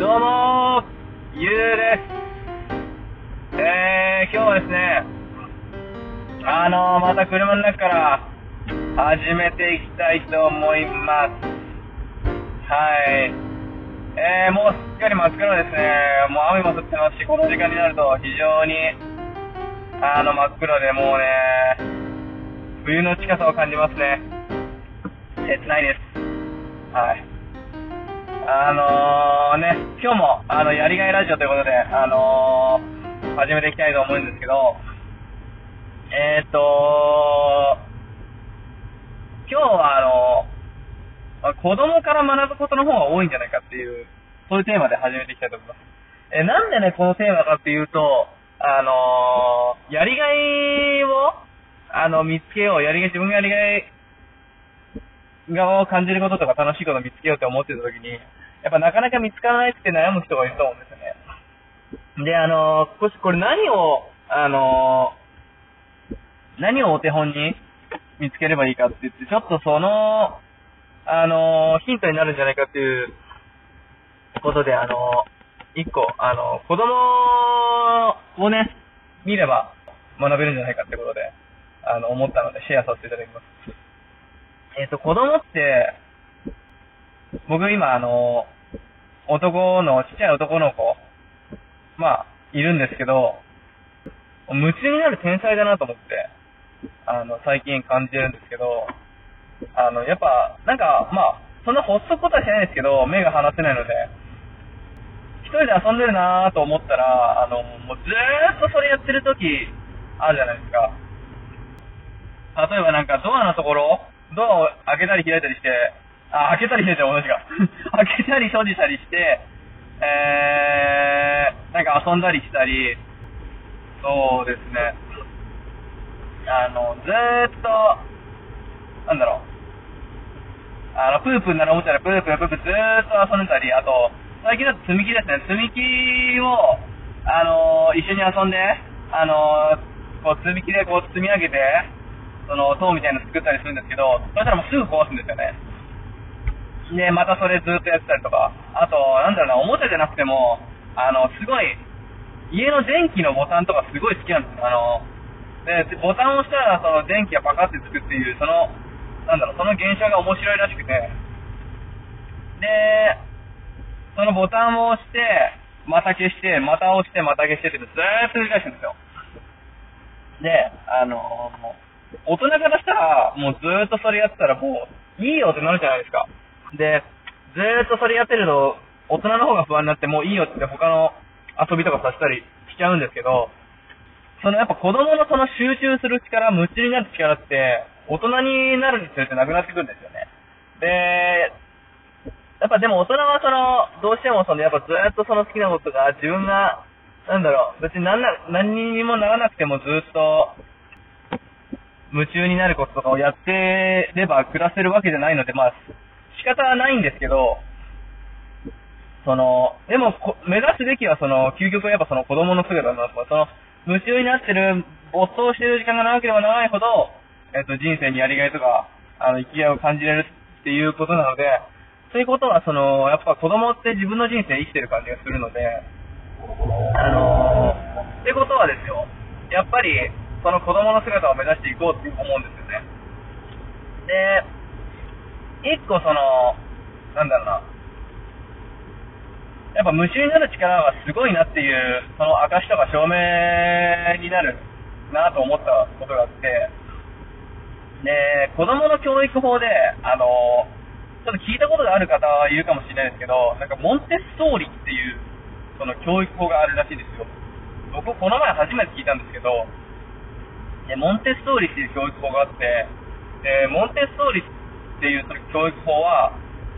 どうもゆうです。今日はですね、また車の中から始めていきたいと思います。はい。もうすっかり真っ暗ですね。もう雨も降ってますし、この時間になると非常に、真っ暗でもうね、冬の近さを感じますね。切ないです。はい。今日も、やりがいラジオということで、始めていきたいと思うんですけど、今日は子供から学ぶことの方が多いんじゃないかっていう、そういうテーマで始めていきたいと思います。なんでね、このテーマかっていうと、やりがいを、見つけよう、自分がやりがいを感じることとか楽しいことを見つけようって思ってた時に、やっぱなかなか見つからないって悩む人がいると思うんですよね。で、これ何をお手本に見つければいいかって言って、ちょっとその、ヒントになるんじゃないかっていうことで、一個、子供をね、見れば学べるんじゃないかってことで、思ったのでシェアさせていただきます。子供って、僕今ちっちゃい男の子、いるんですけど、夢中になる天才だなと思って、最近感じてるんですけど、やっぱ、そんなほっとくことはしないんですけど、目が離せないので、一人で遊んでるなぁと思ったら、もうずーっとそれやってる時あるじゃないですか。例えばドアのところ、ドアを開けたり開いたりして、開けたり開いたり同じか。開けたり閉じたりして、遊んだりしたり、そうですね。ずーっと、プープになるおもちゃでプープずーっと遊んでたり、あと、最近だと積み木ですね。積み木を、一緒に遊んで、積み木で積み上げて、塔みたいなの作ったりするんですけど、そしたらもうすぐ壊すんですよね。で、またそれずっとやってたりとか、あと、おもちゃじゃなくても、すごい、家の電気のボタンとかすごい好きなんですよ。で、ボタンを押したら、電気がパカってつくっていう、その現象が面白いらしくて、で、そのボタンを押して、また消して、また押して、また消してってずーっと繰り返すんですよ。で、大人からしたら、もうずーっとそれやってたらもう、いいよってなるじゃないですか。で、ずーっとそれやってると、大人の方が不安になって、もういいよって他の遊びとかさせたりしちゃうんですけど、やっぱ子供のその集中する力、夢中になる力って、大人になるにつれてなくなってくるんですよね。で、やっぱでも大人はどうしてもやっぱずっと好きなことが自分が、別に何にもならなくてもずっと夢中になることとかをやってれば暮らせるわけじゃないので、仕方はないんですけど、でも目指すべきは究極はやっぱ子供の姿だなと。夢中になってる、没頭してる時間が長ければ長いほど、人生にやりがいとか、生きがいを感じれるっていうことなので、そういうことはやっぱ子供って自分の人生生きてる感じがするので、ってことはですよ、やっぱり、その子供の姿を目指していこうって思うんですよね。で、一個やっぱ夢中になる力はすごいなっていう、その証とか証明になるなと思ったことがあって、で、子供の教育法で、ちょっと聞いたことがある方はいるかもしれないですけど、モンテッソーリっていう、その教育法があるらしいんですよ。僕、この前初めて聞いたんですけど、モンテッソーリっていう教育法があって、で、モンテッソーリっていうその教育法は、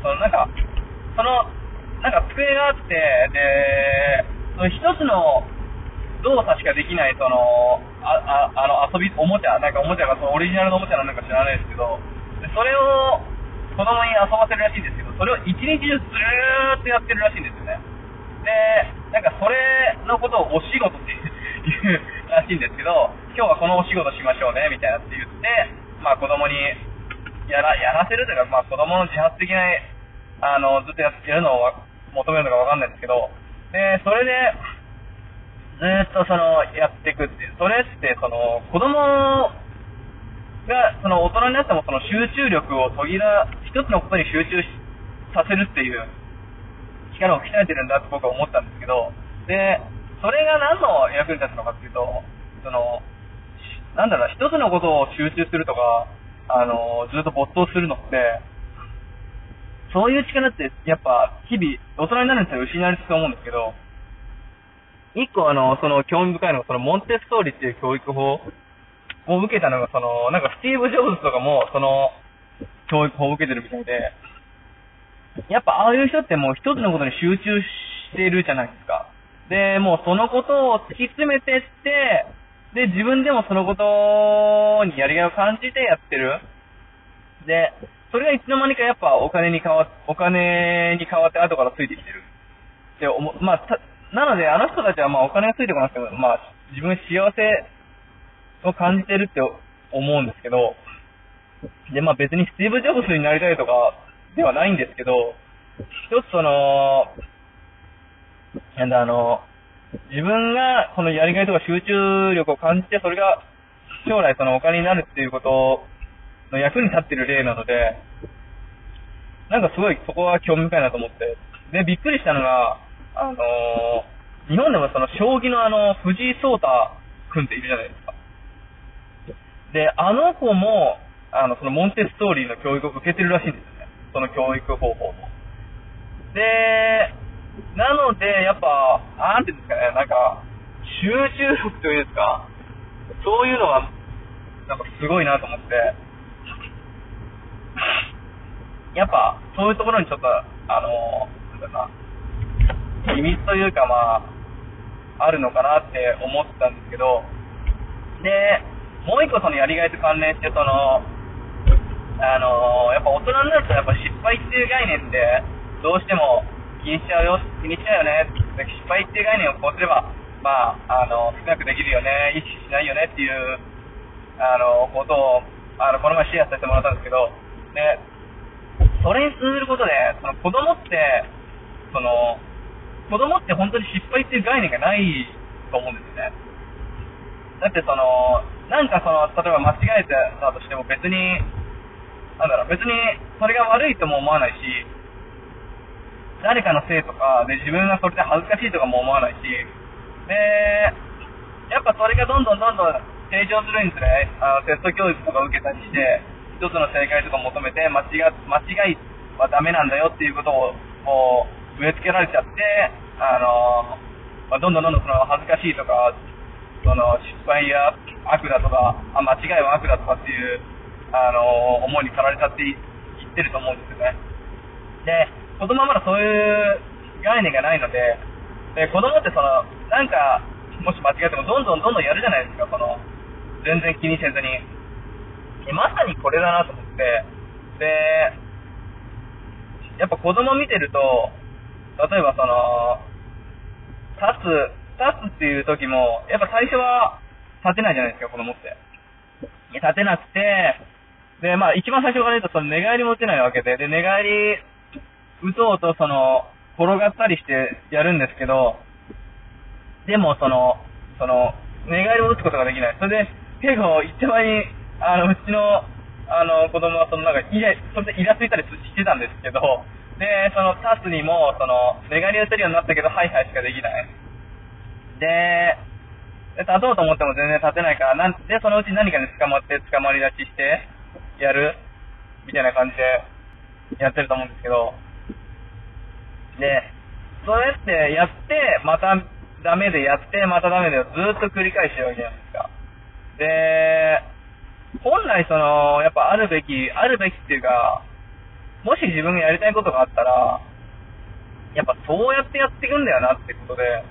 机があって、で、一つの動作しかできない、おもちゃがオリジナルのおもちゃなのか知らないですけど、でそれを子供に遊ばせるらしいんですけど、それを一日中ずーっとやってるらしいんですよね。で、それのことをお仕事って言うらしいんですけど、今日はこのお仕事しましょうね、みたいなって言って、子供にやらせるというか、子供の自発的な、ずっとやるのを求めるのかわかんないんですけど、で、それで、ずーっとやっていくっていう。それって、子供が、大人になっても集中力を一つのことに集中させるっていう力を鍛えてるんだって僕は思ったんですけど、で、それが何の役に立つのかっていうと、なんだろうな、一つのことを集中するとか、ずっと没頭するのって、そういう力って、やっぱ、日々、大人になるにつれ失われていくと思うんですけど、一個興味深いのが、モンテッソーリっていう教育法を受けたのが、なんかスティーブ・ジョブズとかも、教育法を受けてるみたいで、やっぱああいう人ってもう一つのことに集中しているじゃないですか。で、もうそのことを突き詰めてって、で、自分でもそのことにやりがいを感じてやってる。で、それがいつの間にかやっぱお金に変わって後からついてきてる。で、まあ、なのであの人たちはまあお金がついてこなくても、まあ自分幸せを感じてるって思うんですけど、で、まあ別にスティーブ・ジョブズになりたいとかではないんですけど、一つ自分がこのやりがいとか集中力を感じて、それが将来お金になるっていうことの役に立ってる例なので、なんかすごいそこは興味深いなと思って、で、びっくりしたのが、日本でも将棋の藤井聡太くんっているじゃないですか。で、あの子も、モンテッソーリーの教育を受けてるらしいんですよね。その教育方法も。で、なので、やっぱ、なんていうんですかね、なんか、集中力というんですか、そういうのは、なんかすごいなと思って、やっぱ、そういうところにちょっと、なんだろうな、秘密というか、まあ、あるのかなって思ったんですけど、で、もう一個やりがいと関連して、やっぱ大人になるとやっぱ失敗っていう概念で、どうしても気にしちゃうよね。失敗っていう概念をこうすれば、まあ、少なくできるよね、意識しないよねっていう、ことを、この前シェアさせてもらったんですけど、で、それに通ずることで、子供って本当に失敗っていう概念がないと思うんですよね。だってなんか例えば間違えたとしても別に、別にそれが悪いとも思わないし、誰かのせいとかで自分がそれで恥ずかしいとかも思わないし、で、やっぱそれがどんどん成長するにつれ、テスト教育とか受けたりして、一つの正解とか求めて間違いはダメなんだよっていうことをこう植え付けられちゃって、どんどん恥ずかしいとか、失敗や悪だとか、間違いは悪だとかっていう、思いに駆られちゃっていってると思うんですよね。で、子供はまだそういう概念がないので、子供ってなんか、もし間違ってもどんどんやるじゃないですか、全然気にせずに。まさにこれだなと思って、で、やっぱ子供見てると、例えば立つっていう時も、やっぱ最初は立てないじゃないですか、子供って。立てなくて、で、まあ一番最初から言うと寝返りも打てないわけで、寝返り打とうと転がったりしてやるんですけど、でも寝返りを打つことができない。それで、結構一番に、うちの、子供はなんか、それでイラついたりしてたんですけど、で、立つにも、寝返り打てるようになったけど、はいはいしかできない。で、立とうと思っても全然立てないから、で、そのうち何かに捕まり立ちして、やるみたいな感じで、やってると思うんですけど、で、そうやってやって、またダメでやって、またダメでずっと繰り返してるわけじゃないですか。で、本来やっぱあるべきっていうか、もし自分がやりたいことがあったら、やっぱそうやってやっていくんだよなってことで、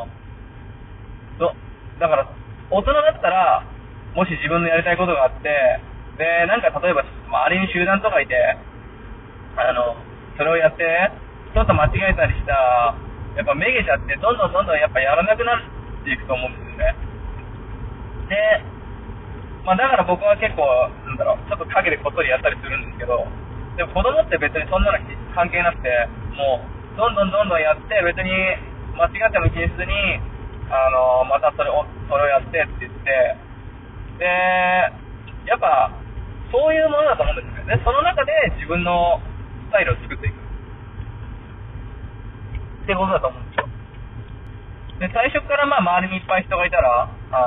だから、大人だったら、もし自分のやりたいことがあって、で、なんか例えば、周りに集団とかいて、それをやって、ちょっと間違えたりしたら、やっぱめげちゃって、どんどんやっぱやらなくなっていくと思うんですよね。で、まあだから僕は結構、ちょっと陰でこっそりやったりするんですけど、でも子供って別にそんなの関係なくて、もう、 どんどんやって、別に間違っても気にせずに、またそれをやってって言って、で、やっぱ、そういうものだと思うんですよね。で、その中で自分のスタイルを作っていく。ってことだと思うんですよ。で、最初から周りにいっぱい人がいたら、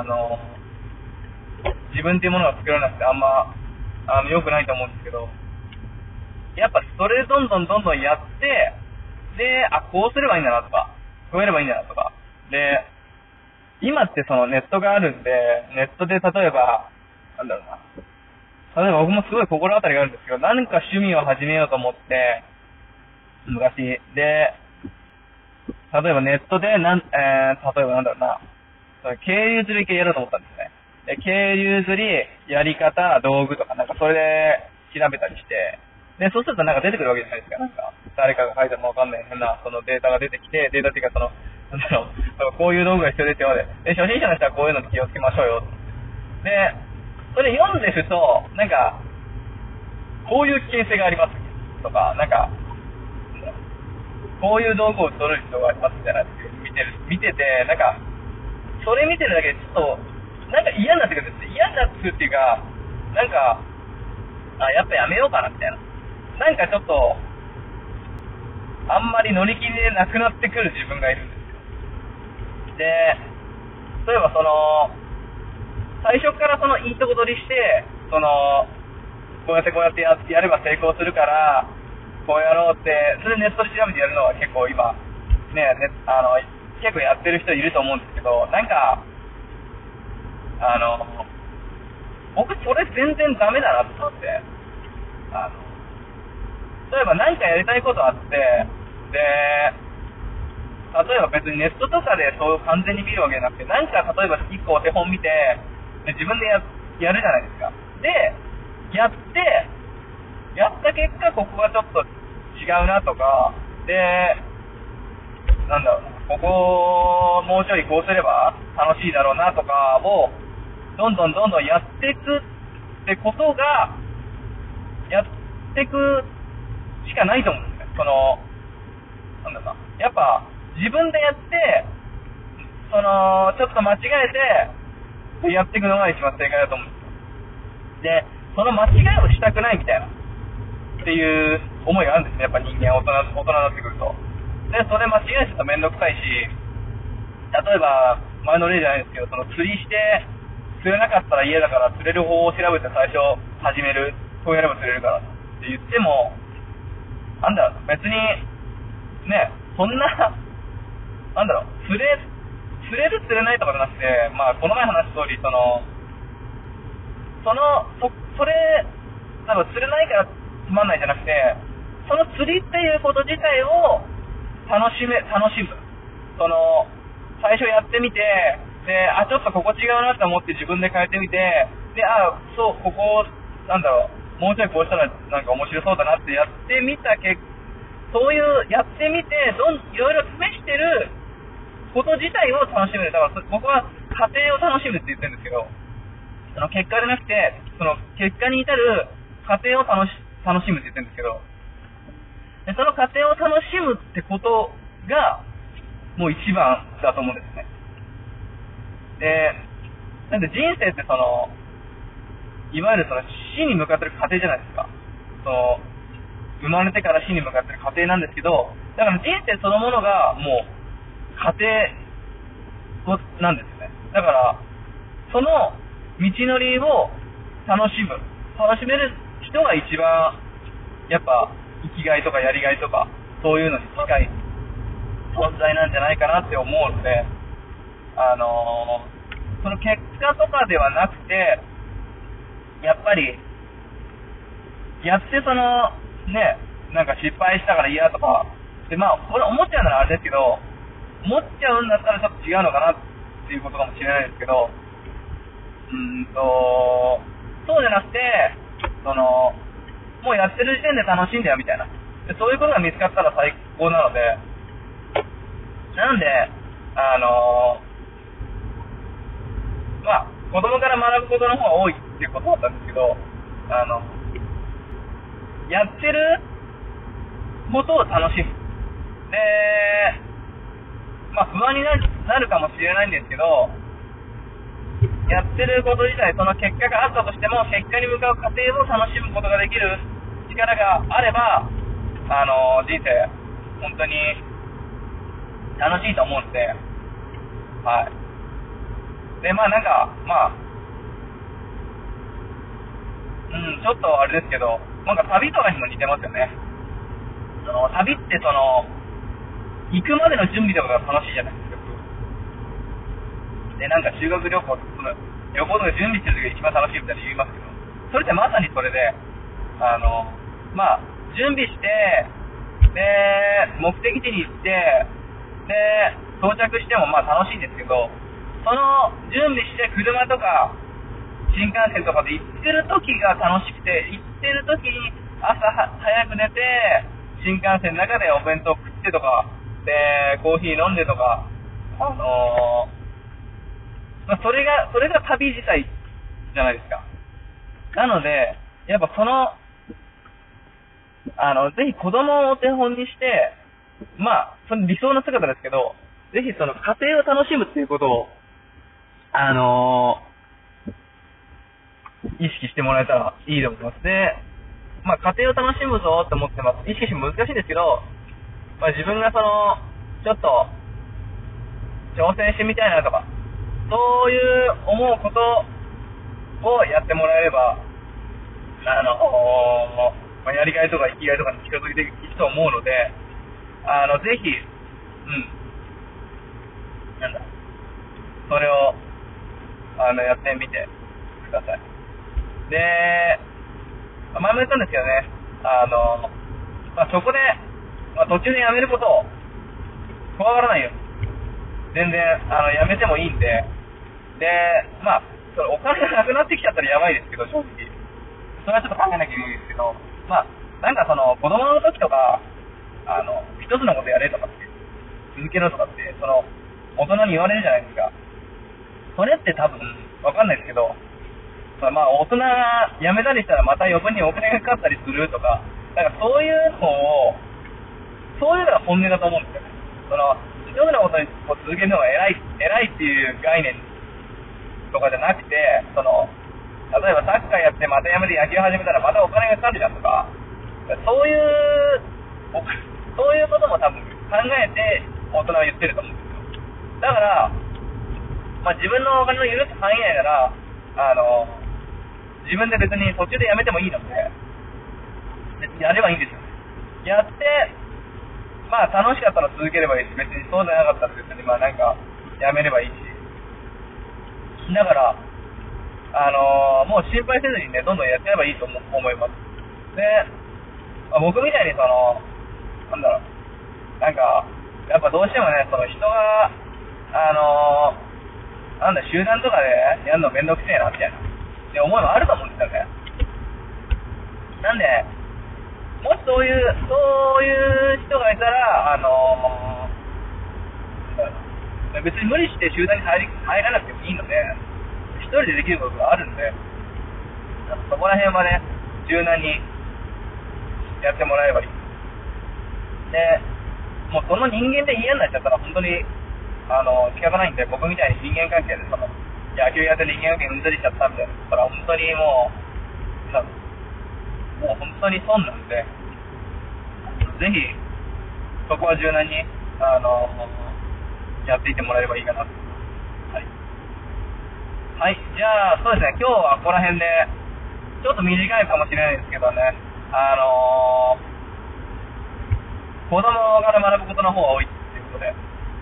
自分っていうものが作らなくてあんま、良くないと思うんですけど、やっぱそれでどんどんやって、で、こうすればいいんだなとか、こうやればいいんだなとか。で、今ってそのネットがあるんで、ネットで例えば、例えば僕もすごい心当たりがあるんですけど、何か趣味を始めようと思って、昔。で、例えばネットで、例えば経由釣り系やろうと思ったんですね。で、経由釣り、やり方、道具とか、それで調べたりして、で、そうすると出てくるわけじゃないですか。誰かが書いたのわかんない変な、そのデータが出てきて、データっていうかこういう道具が必要ですよ。で、初心者の人はこういうの気をつけましょうよ。で、それ読んでると、こういう危険性がありますとか、こういう道具を取る必要がありますみたいな見てて、それ見てるだけでちょっと、嫌になってくるんです。嫌になってくるっていうか、やっぱやめようかなみたいな。ちょっと、あんまり乗り気でなくなってくる自分がいるんですよ。で、例えば最初からいいとこ取りして、こうやってやれば成功するから、こうやろうって、それネットで調べてやるのは結構今、結構やってる人いると思うんですけど、僕それ全然ダメだなと思って、例えばやりたいことあって、で、例えば別にネットとかでそう完全に見るわけじゃなくて、例えば一個お手本見て、で自分でやるじゃないですか。で、やった結果、ここがちょっと違うなとか、で、ここもうちょいこうすれば楽しいだろうなとかを、どんどんやっていくってことが、やっていくしかないと思うんですね。やっぱ、自分でやって、ちょっと間違えて、やっていくのが一番正解だと思うんですよ。で、その間違いをしたくないみたいな、っていう思いがあるんですね。やっぱ人間大人になってくると。で、それ間違えちゃうとめんどくさいし、例えば、前の例じゃないですけど、釣りして、釣れなかったら嫌だから釣れる方法を調べて最初始める。そうやれば釣れるからって言っても、別に、ね、そんな、釣れる釣れないとかじゃなくて、この前話した通り、それ、釣れないからつまんないじゃなくて、その釣りっていうこと自体を楽しむ。最初やってみて、で、ちょっとここ違うなって思って自分で変えてみて、で、ここ、もうちょいこうしたら面白そうだなってやってみたそういうやってみて、いろいろ試してること自体を楽しむ。だから僕は過程を楽しむって言ってるんですけど、結果じゃなくて、結果に至る過程を楽しむって言ってるんですけど、でその過程を楽しむってことが、もう一番だと思うんですね。で、人生っていわゆる死に向かってる過程じゃないですか。生まれてから死に向かってる過程なんですけど、だから人生そのものがもう過程なんですよね。だから、その道のりを楽しめる人が一番、やっぱ、生きがいとかやりがいとか、そういうのに近い存在なんじゃないかなって思うので、その結果とかではなくて、やっぱり、やって失敗したから嫌とか、で、これ思っちゃうならあれですけど、思っちゃうんだったらちょっと違うのかなっていうことかもしれないですけど、そうじゃなくて、もうやってる時点で楽しいんだよみたいな。でそういうことが見つかったら最高なので、なんで、子供から学ぶことの方が多いっていうことだったんですけど、やってることを楽しむ。 で、まあ不安になるかもしれないんですけど、やってること自体、その結果があったとしても、結果に向かう過程を楽しむことができる力があれば、人生、本当に楽しいと思うんで、はい。で、まあなんか、ちょっとあれですけど、なんか旅とかにも似てますよね。旅って行くまでの準備とかが楽しいじゃないですか。で、なんか修学旅行とか、旅行とか準備してる時が一番楽しいみたいに言いますけど、それってまさにそれで、準備して、で、目的地に行って、で、到着しても楽しいんですけど、その準備して車とか、新幹線とかで行ってる時が楽しくて、行ってる時に朝早く寝て、新幹線の中でお弁当食ってとか、で、コーヒー飲んでとか、それが旅自体じゃないですか。なので、やっぱぜひ子供をお手本にして、その理想の姿ですけど、ぜひその家庭を楽しむっていうことを、意識してもらえたらいいと思います。で、家庭を楽しむぞって思ってます。意識しても難しいんですけど、自分がちょっと、挑戦してみたいなとか、そういう思うことをやってもらえれば、やりがいとか生きがいとかに近づいていくと思うので、ぜひ、それを、やってみてください。で、前も言ったんですけどね、そこで、途中でやめることを怖がらないように。全然、やめてもいいんで、で、それお金がなくなってきちゃったらやばいですけど、正直。それはちょっと考えなきゃいけないですけど、なんか子供の時とか、一つのことやれとかって、続けろとかって、大人に言われるじゃないですか。それって多分、わかんないですけど、大人辞めたりしたらまた余分にお金がかかったりするとか、なんかそういうのが本音だと思うんですよね。一つのことに続けるのが偉いっていう概念とかじゃなくて、例えばサッカーやってまた辞めて野球始めたらまたお金がかかるじゃんとか、そういうことも多分考えて大人は言ってると思うんですよ。だから、自分のお金の許す範囲内なら、自分で別に途中で辞めてもいいので、別にやればいいんですよね。やって、楽しかったら続ければいいし、別にそうじゃなかったら別にやめればいいし。だから、もう心配せずにね、どんどんやってればいいと思います。で、僕みたいにやっぱどうしてもね、人が、集団とかでやるのめんどくせえな、みたいな、って思いもあると思うんですよね。なんで、もしそういう人がいたら、別に無理して集団に入らなくてもいいので、一人でできることがあるんで、そこら辺はね、柔軟にやってもらえればいい。で、もうその人間で嫌になっちゃったら本当に仕方ないんで、僕みたいに人間関係で野球やって人間関係うんざりしちゃったみたいなったら本当にもう本当に損なんで、ぜひそこは柔軟にやっていってもらえればいいかなと。はい、じゃあそうですね、今日はここら辺でちょっと短いかもしれないですけどね、子供から学ぶことの方が多いっていうことで、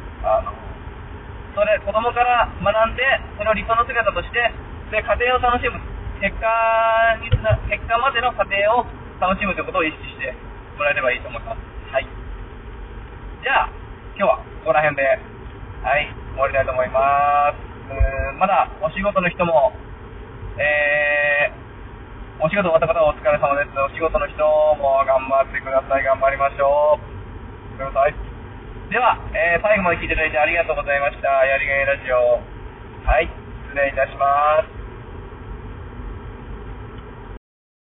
子供から学んで、それを理想の姿として、で、家庭を楽しむ、結果までの過程を楽しむということを意識してもらえればいいと思います。はい。じゃあ、今日はここら辺で、終わりたいと思います。まだお仕事の人も、お仕事終わった方はお疲れ様です。お仕事の人も頑張ってください。頑張りましょう。ください。では、最後まで聞いていただいてありがとうございました。やりがいラジオ。はい、失礼いたします。